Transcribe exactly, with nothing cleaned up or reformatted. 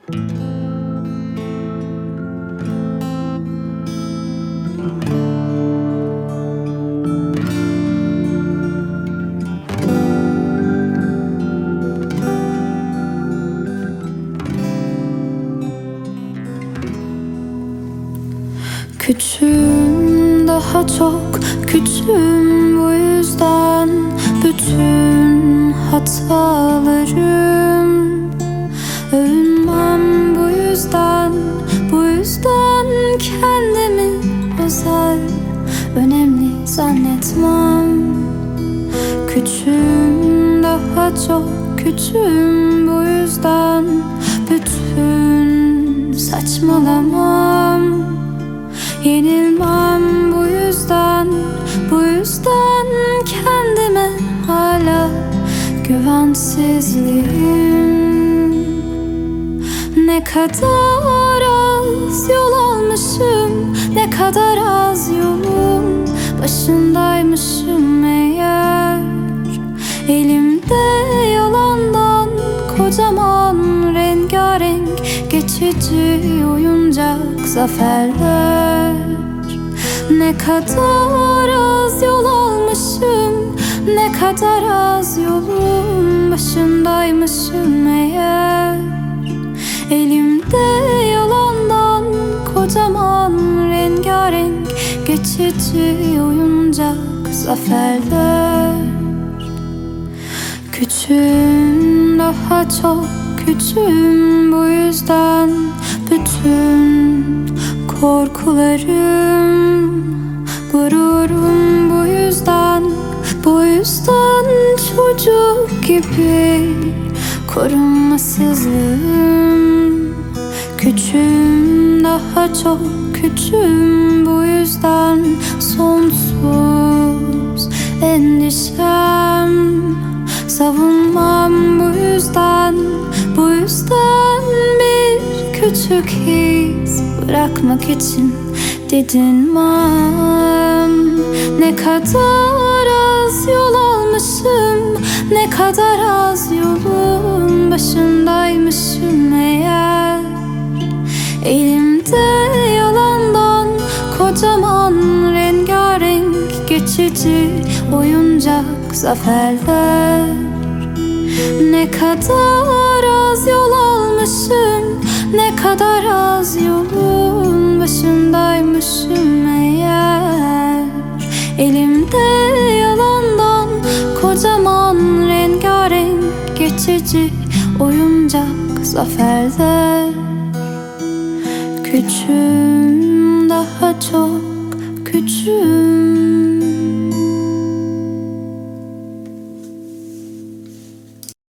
Küçüğüm, daha çok küçüğüm, bu yüzden bütün hatalarım. Övünmem bu yüzden, bu yüzden kendimi özel, önemli zannetmem. Küçüğüm, daha çok küçüğüm, bu yüzden bütün saçmalamam. Yenilmem bu yüzden, bu yüzden kendime hala güvensizliğim. Ne kadar az yol almışım, ne kadar az yolun başındaymışım eğer. Elimde yalandan kocaman rengarenk geçici oyuncak zaferler. Ne kadar az yol almışım, ne kadar az yolun başındaymışım eğer. Elimde yalandan kocaman rengarenk geçici oyuncak zaferler. Küçüğüm, daha çok küçüğüm, bu yüzden bütün korkularım, gururum bu yüzden, bu yüzden çocuk gibi korunmasızlığım. Küçüğüm, daha çok küçüğüm, bu yüzden sonsuz endişem. Savunmam bu yüzden, bu yüzden bir küçük his bırakmak için didinmem. Ne kadar az yol almışım, ne kadar az yolun başındaymışım eğer. Elimde yalandan kocaman rengarenk geçici oyuncak zaferler. Ne kadar az yol almışım, ne kadar az yolun başındaymışım eğer. Elimde yalandan kocaman rengarenk geçici oyuncak zaferler. Küçüğüm, daha çok küçüğüm.